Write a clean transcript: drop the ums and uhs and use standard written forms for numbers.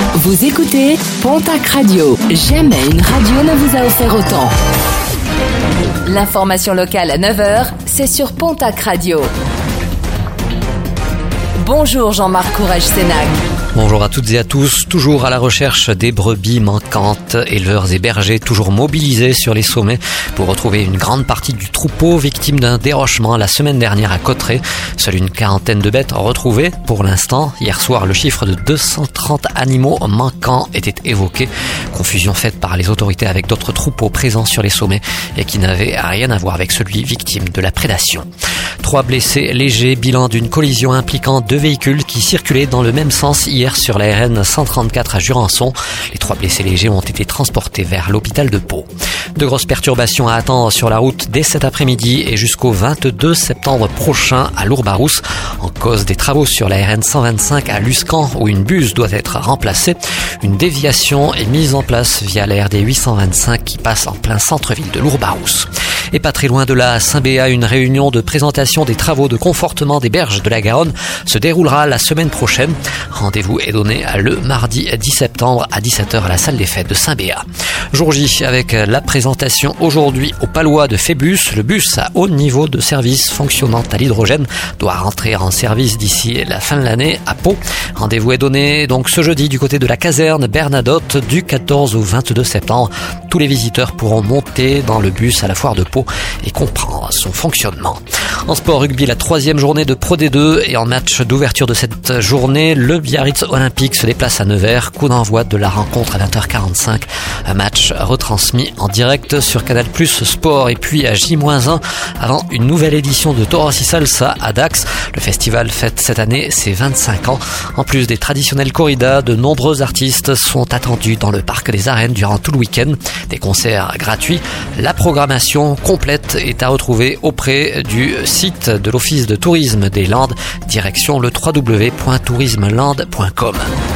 Vous écoutez Pontac Radio. Jamais une radio ne vous a offert autant. L'information locale à 9h, c'est sur Pontac Radio. Bonjour Jean-Marc Courage-Sénac. Bonjour à toutes et à tous, toujours à la recherche des brebis manquantes, éleveurs et bergers toujours mobilisés sur les sommets pour retrouver une grande partie du troupeau victime d'un dérochement la semaine dernière à Cauterets. Seule une quarantaine de bêtes retrouvées pour l'instant. Hier soir, le chiffre de 230 animaux manquants était évoqué. Confusion faite par les autorités avec d'autres troupeaux présents sur les sommets et qui n'avaient rien à voir avec celui victime de la prédation. 3 blessés légers, bilan d'une collision impliquant 2 véhicules qui circulaient dans le même sens hier sur la RN 134 à Jurançon. Les 3 blessés légers ont été transportés vers l'hôpital de Pau. De grosses perturbations à attendre sur la route dès cet après-midi et jusqu'au 22 septembre prochain à Lourbarousse, en cause des travaux sur la RN 125 à Luscan où une buse doit être remplacée. Une déviation est mise en place via la RD 825 qui passe en plein centre-ville de Lourbarousse. Et pas très loin de là, à Saint-Béat, une réunion de présentation des travaux de confortement des berges de la Garonne se déroulera la semaine prochaine. Rendez-vous est donné le mardi 10 septembre à 17h à la salle des fêtes de Saint-Béat. Jour J avec la présentation aujourd'hui au Palois de Phébus. Le bus à haut niveau de service fonctionnant à l'hydrogène doit rentrer en service d'ici la fin de l'année à Pau. Rendez-vous est donné donc ce jeudi du côté de la caserne Bernadotte du 14 au 22 septembre. Tous les visiteurs pourront monter dans le bus à la foire de Pau et comprendre son fonctionnement. En sport rugby, la 3e journée de Pro D2 et en match d'ouverture de cette journée, le Biarritz Olympique se déplace à Nevers. Coup d'envoi de la rencontre à 20h45. Un match retransmis en direct sur Canal+ Sport et puis à J-1 avant une nouvelle édition de Toros y Salsa à Dax. Le festival fête cette année ses 25 ans. En plus des traditionnelles corridas, de nombreux artistes sont attendus dans le parc des Arènes durant tout le week-end. Des concerts gratuits. La programmation complète est à retrouver auprès du site de l'Office de tourisme des Landes, direction le www.tourismelandes.com.